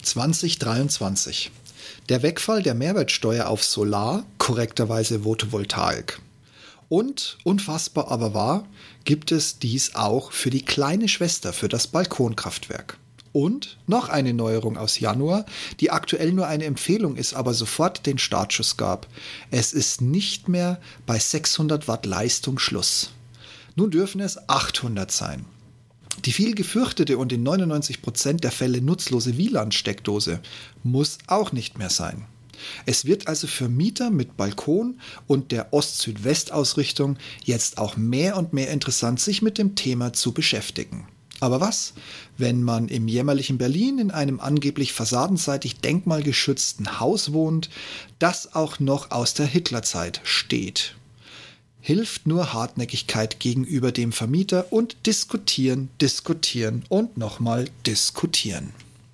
2023. Der Wegfall der Mehrwertsteuer auf Solar, korrekterweise Photovoltaik. Und, unfassbar aber wahr, gibt es dies auch für die kleine Schwester, für das Balkonkraftwerk. Und noch eine Neuerung aus Januar, die aktuell nur eine Empfehlung ist, aber sofort den Startschuss gab. Es ist nicht mehr bei 600 Watt Leistung Schluss. Nun dürfen es 800 sein. Die viel gefürchtete und in 99% der Fälle nutzlose WLAN-Steckdose muss auch nicht mehr sein. Es wird also für Mieter mit Balkon und der Ost-Süd-West-Ausrichtung jetzt auch mehr und mehr interessant, sich mit dem Thema zu beschäftigen. Aber was, wenn man im jämmerlichen Berlin in einem angeblich fassadenseitig denkmalgeschützten Haus wohnt, das auch noch aus der Hitlerzeit steht? Hilft nur Hartnäckigkeit gegenüber dem Vermieter und diskutieren, diskutieren und nochmal diskutieren.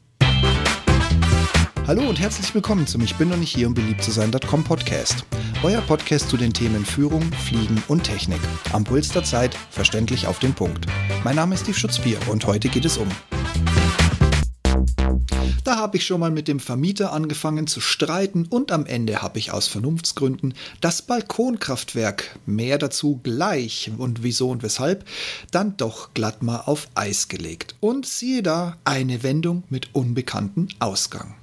Hallo und herzlich willkommen zum Ich bin noch nicht hier, um beliebt zu sein.com Podcast. Euer Podcast zu den Themen Führung, Fliegen und Technik. Am Puls der Zeit, verständlich auf den Punkt. Mein Name ist Steve Schutzbier und heute geht es um. Da habe ich schon mal mit dem Vermieter angefangen zu streiten und am Ende habe ich aus Vernunftsgründen das Balkonkraftwerk, mehr dazu gleich und wieso und weshalb, dann doch glatt mal auf Eis gelegt. Und siehe da, eine Wendung mit unbekanntem Ausgang.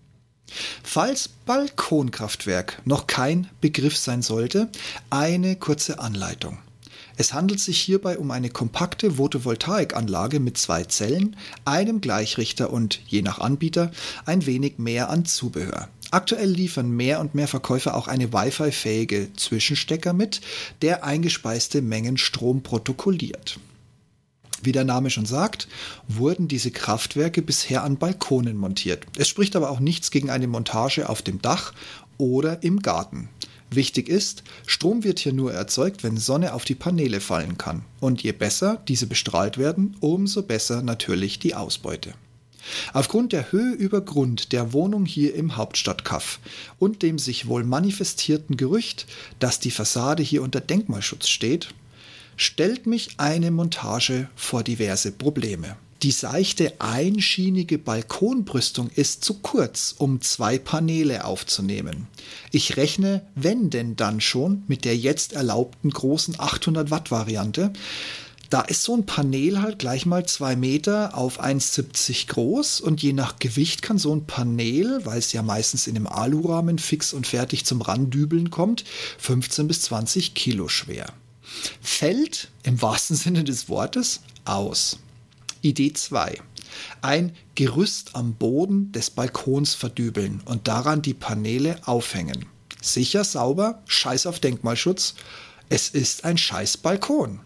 Falls Balkonkraftwerk noch kein Begriff sein sollte, eine kurze Anleitung. Es handelt sich hierbei um eine kompakte Photovoltaikanlage mit 2 Zellen, einem Gleichrichter und, je nach Anbieter, ein wenig mehr an Zubehör. Aktuell liefern mehr und mehr Verkäufer auch eine Wi-Fi-fähige Zwischenstecker mit, der eingespeiste Mengen Strom protokolliert. Wie der Name schon sagt, wurden diese Kraftwerke bisher an Balkonen montiert. Es spricht aber auch nichts gegen eine Montage auf dem Dach oder im Garten. Wichtig ist, Strom wird hier nur erzeugt, wenn Sonne auf die Paneele fallen kann. Und je besser diese bestrahlt werden, umso besser natürlich die Ausbeute. Aufgrund der Höhe über Grund der Wohnung hier im Hauptstadtkaff und dem sich wohl manifestierten Gerücht, dass die Fassade hier unter Denkmalschutz steht, stellt mich eine Montage vor diverse Probleme. Die seichte einschienige Balkonbrüstung ist zu kurz, um 2 Paneele aufzunehmen. Ich rechne, wenn denn dann schon, mit der jetzt erlaubten großen 800 Watt Variante. Da ist so ein Panel halt gleich mal 2 Meter auf 1,70 groß und je nach Gewicht kann so ein Panel, weil es ja meistens in einem Alurahmen fix und fertig zum Randübeln kommt, 15 bis 20 Kilo schwer. Fällt, im wahrsten Sinne des Wortes, aus. Idee 2. Ein Gerüst am Boden des Balkons verdübeln und daran die Paneele aufhängen. Sicher, sauber, scheiß auf Denkmalschutz. Es ist ein scheiß Balkon.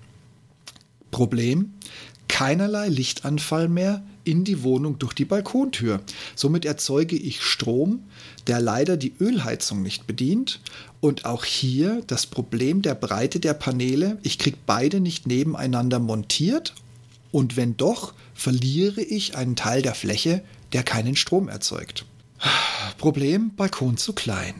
Problem: keinerlei Lichtanfall mehr in die Wohnung durch die Balkontür. Somit erzeuge ich Strom, der leider die Ölheizung nicht bedient. Und auch hier das Problem der Breite der Paneele. Ich kriege beide nicht nebeneinander montiert. Und wenn doch, verliere ich einen Teil der Fläche, der keinen Strom erzeugt. Problem: Balkon zu klein.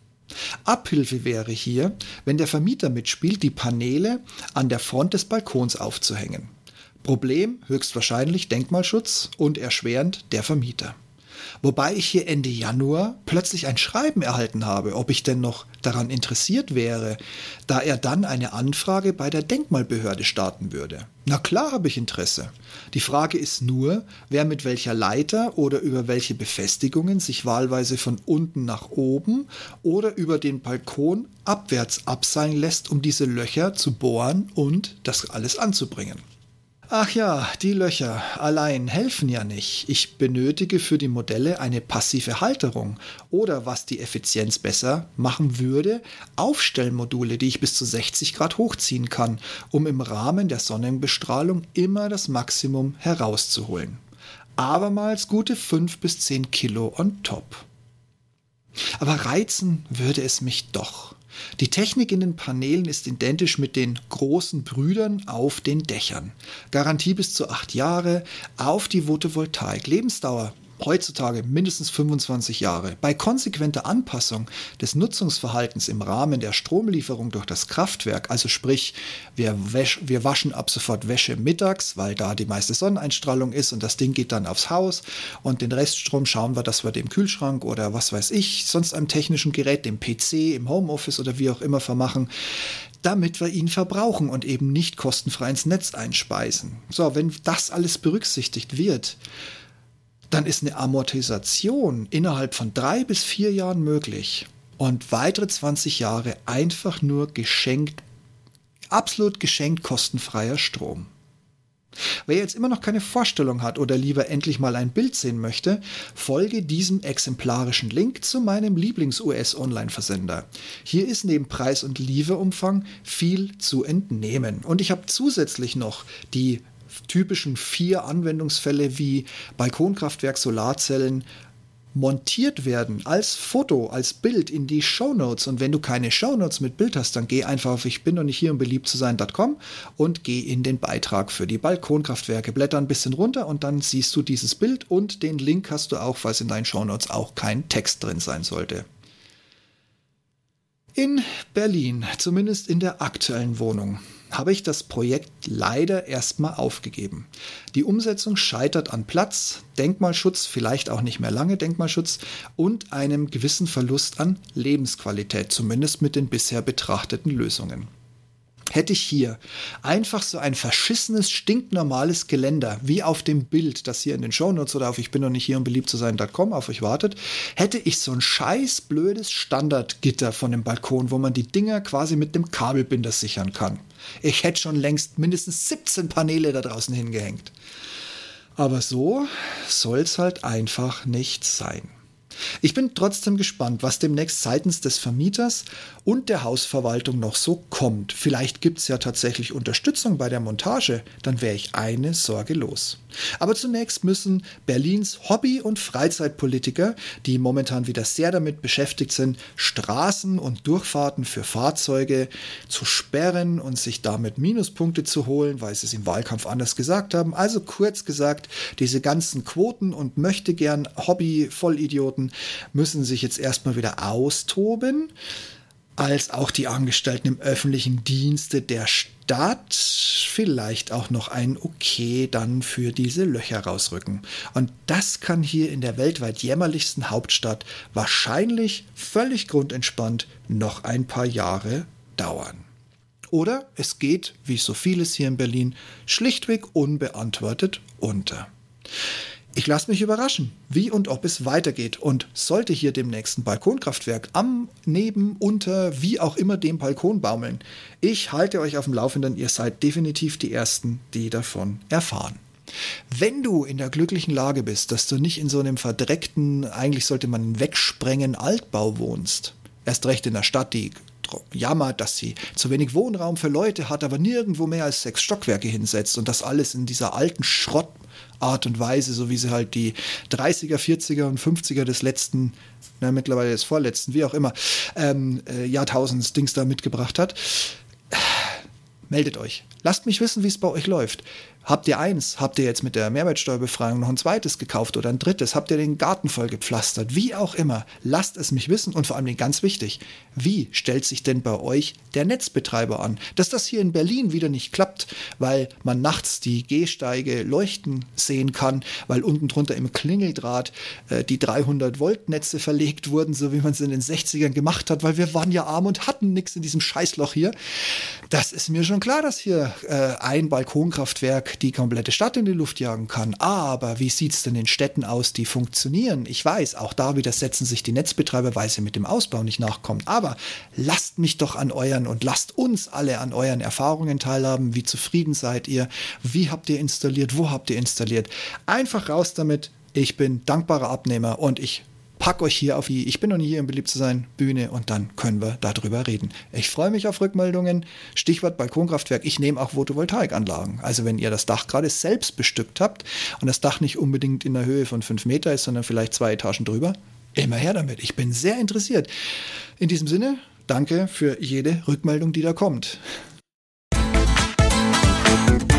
Abhilfe wäre hier, wenn der Vermieter mitspielt, die Paneele an der Front des Balkons aufzuhängen. Problem: höchstwahrscheinlich Denkmalschutz und erschwerend der Vermieter. Wobei ich hier Ende Januar plötzlich ein Schreiben erhalten habe, ob ich denn noch daran interessiert wäre, da er dann eine Anfrage bei der Denkmalbehörde starten würde. Na klar habe ich Interesse. Die Frage ist nur, wer mit welcher Leiter oder über welche Befestigungen sich wahlweise von unten nach oben oder über den Balkon abwärts abseilen lässt, um diese Löcher zu bohren und das alles anzubringen. Ach ja, die Löcher allein helfen ja nicht. Ich benötige für die Modelle eine passive Halterung oder, was die Effizienz besser machen würde, Aufstellmodule, die ich bis zu 60 Grad hochziehen kann, um im Rahmen der Sonnenbestrahlung immer das Maximum herauszuholen. Abermals gute 5 bis 10 Kilo on top. Aber reizen würde es mich doch. Die Technik in den Paneelen ist identisch mit den großen Brüdern auf den Dächern. Garantie bis zu 8 Jahre auf die Photovoltaik. Lebensdauer heutzutage mindestens 25 Jahre. Bei konsequenter Anpassung des Nutzungsverhaltens im Rahmen der Stromlieferung durch das Kraftwerk, also sprich, wir waschen ab sofort Wäsche mittags, weil da die meiste Sonneneinstrahlung ist und das Ding geht dann aufs Haus und den Reststrom schauen wir, dass wir dem Kühlschrank oder was weiß ich, sonst einem technischen Gerät, dem PC, im Homeoffice oder wie auch immer vermachen, damit wir ihn verbrauchen und eben nicht kostenfrei ins Netz einspeisen. So, wenn das alles berücksichtigt wird, dann ist eine Amortisation innerhalb von 3 bis 4 Jahren möglich und weitere 20 Jahre einfach nur geschenkt, absolut geschenkt kostenfreier Strom. Wer jetzt immer noch keine Vorstellung hat oder lieber endlich mal ein Bild sehen möchte, folge diesem exemplarischen Link zu meinem Lieblings-US-Online-Versender. Hier ist neben Preis und Lieferumfang viel zu entnehmen. Und ich habe zusätzlich noch die typischen 4 Anwendungsfälle wie Balkonkraftwerk, Solarzellen montiert werden als Foto, als Bild in die Shownotes. Und wenn du keine Shownotes mit Bild hast, dann geh einfach auf ich bin noch nicht hier, um beliebt zu sein.com und geh in den Beitrag für die Balkonkraftwerke. Blätter ein bisschen runter und dann siehst du dieses Bild und den Link hast du auch, falls in deinen Shownotes auch kein Text drin sein sollte. In Berlin, zumindest in der aktuellen Wohnung, habe ich das Projekt leider erstmal aufgegeben. Die Umsetzung scheitert an Platz, Denkmalschutz, vielleicht auch nicht mehr lange Denkmalschutz und einem gewissen Verlust an Lebensqualität, zumindest mit den bisher betrachteten Lösungen. Hätte ich hier einfach so ein verschissenes, stinknormales Geländer, wie auf dem Bild, das hier in den Shownotes oder auf ich bin noch nicht hier, um beliebt zu sein.com auf euch wartet, hätte ich so ein scheiß blödes Standardgitter von dem Balkon, wo man die Dinger quasi mit dem Kabelbinder sichern kann. Ich hätte schon längst mindestens 17 Paneele da draußen hingehängt. Aber so soll's halt einfach nicht sein. Ich bin trotzdem gespannt, was demnächst seitens des Vermieters und der Hausverwaltung noch so kommt. Vielleicht gibt es ja tatsächlich Unterstützung bei der Montage, dann wäre ich eine Sorge los. Aber zunächst müssen Berlins Hobby- und Freizeitpolitiker, die momentan wieder sehr damit beschäftigt sind, Straßen und Durchfahrten für Fahrzeuge zu sperren und sich damit Minuspunkte zu holen, weil sie es im Wahlkampf anders gesagt haben. Also kurz gesagt, diese ganzen Quoten und möchtegern Hobby-Vollidioten müssen sich jetzt erstmal wieder austoben, als auch die Angestellten im öffentlichen Dienste der Stadt vielleicht auch noch ein Okay dann für diese Löcher rausrücken. Und das kann hier in der weltweit jämmerlichsten Hauptstadt wahrscheinlich völlig grundentspannt noch ein paar Jahre dauern. Oder es geht, wie so vieles hier in Berlin, schlichtweg unbeantwortet unter. Ich lasse mich überraschen, wie und ob es weitergeht und sollte hier demnächst ein Balkonkraftwerk am, neben, unter, wie auch immer dem Balkon baumeln. Ich halte euch auf dem Laufenden, ihr seid definitiv die Ersten, die davon erfahren. Wenn du in der glücklichen Lage bist, dass du nicht in so einem verdreckten, eigentlich sollte man wegsprengen, Altbau wohnst, erst recht in der Stadt, die jammert, dass sie zu wenig Wohnraum für Leute hat, aber nirgendwo mehr als 6 Stockwerke hinsetzt und das alles in dieser alten Schrottart und Weise, so wie sie halt die 30er, 40er und 50er des letzten, mittlerweile des vorletzten, wie auch immer, Jahrtausends Dings da mitgebracht hat. Meldet euch. Lasst mich wissen, wie es bei euch läuft. Habt ihr eins? Habt ihr jetzt mit der Mehrwertsteuerbefreiung noch ein zweites gekauft oder ein drittes? Habt ihr den Garten voll gepflastert? Wie auch immer. Lasst es mich wissen und vor allem ganz wichtig, wie stellt sich denn bei euch der Netzbetreiber an? Dass das hier in Berlin wieder nicht klappt, weil man nachts die Gehsteige leuchten sehen kann, weil unten drunter im Klingeldraht die 300-Volt-Netze verlegt wurden, so wie man es in den 60ern gemacht hat, weil wir waren ja arm und hatten nichts in diesem Scheißloch hier. Das ist mir schon klar, dass hier ein Balkonkraftwerk die komplette Stadt in die Luft jagen kann. Aber wie sieht es denn in Städten aus, die funktionieren? Ich weiß, auch da widersetzen sich die Netzbetreiber, weil sie mit dem Ausbau nicht nachkommen. Aber lasst mich doch an euren und lasst uns alle an euren Erfahrungen teilhaben. Wie zufrieden seid ihr? Wie habt ihr installiert? Wo habt ihr installiert? Einfach raus damit. Ich bin dankbarer Abnehmer und ich pack euch hier auf die Ich bin noch nie hier, um beliebt zu sein Bühne und dann können wir darüber reden. Ich freue mich auf Rückmeldungen. Stichwort Balkonkraftwerk. Ich nehme auch Photovoltaikanlagen. Also wenn ihr das Dach gerade selbst bestückt habt und das Dach nicht unbedingt in der Höhe von 5 Meter ist, sondern vielleicht 2 Etagen drüber, immer her damit. Ich bin sehr interessiert. In diesem Sinne, danke für jede Rückmeldung, die da kommt.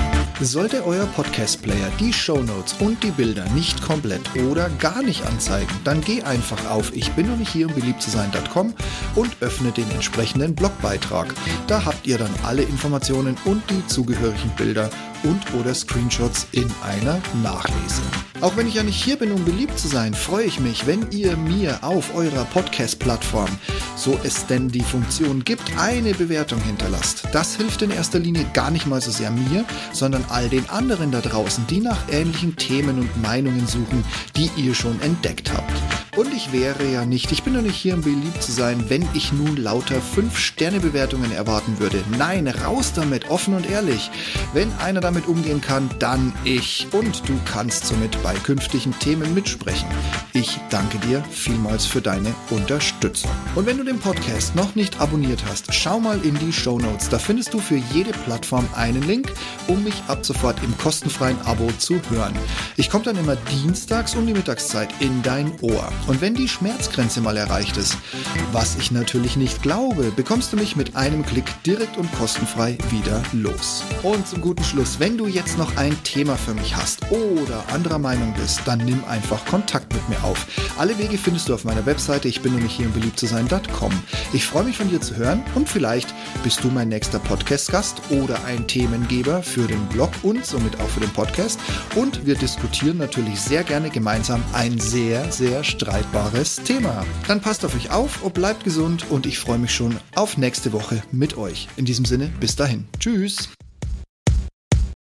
Sollte euer Podcast-Player die Shownotes und die Bilder nicht komplett oder gar nicht anzeigen, dann geh einfach auf ichbinnochnichhier, beliebt zu sein.com und öffne den entsprechenden Blogbeitrag. Da habt ihr dann alle Informationen und die zugehörigen Bilder und oder Screenshots in einer Nachlese. Auch wenn ich ja nicht hier bin, um beliebt zu sein, freue ich mich, wenn ihr mir auf eurer Podcast-Plattform, so es denn die Funktion gibt, eine Bewertung hinterlasst. Das hilft in erster Linie gar nicht mal so sehr mir, sondern all den anderen da draußen, die nach ähnlichen Themen und Meinungen suchen, die ihr schon entdeckt habt. Und ich bin doch nicht hier, um beliebt zu sein, wenn ich nun lauter 5-Sterne-Bewertungen erwarten würde. Nein, raus damit, offen und ehrlich. Wenn einer damit umgehen kann, dann ich. Und du kannst somit bei künftigen Themen mitsprechen. Ich danke dir vielmals für deine Unterstützung. Und wenn du den Podcast noch nicht abonniert hast, schau mal in die Shownotes. Da findest du für jede Plattform einen Link, um mich ab sofort im kostenfreien Abo zu hören. Ich komme dann immer dienstags um die Mittagszeit in dein Ohr. Und wenn die Schmerzgrenze mal erreicht ist, was ich natürlich nicht glaube, bekommst du mich mit einem Klick direkt und kostenfrei wieder los. Und zum guten Schluss, wenn du jetzt noch ein Thema für mich hast oder anderer Meinung bist, dann nimm einfach Kontakt mit mir auf. Alle Wege findest du auf meiner Webseite ichbinnochnichhier, beliebt zu sein.com. Ich freue mich von dir zu hören und vielleicht bist du mein nächster Podcast-Gast oder ein Themengeber für den Blog und somit auch für den Podcast. Und wir diskutieren natürlich sehr gerne gemeinsam ein sehr, sehr streitbares Thema. Dann passt auf euch auf und bleibt gesund und ich freue mich schon auf nächste Woche mit euch. In diesem Sinne, bis dahin. Tschüss.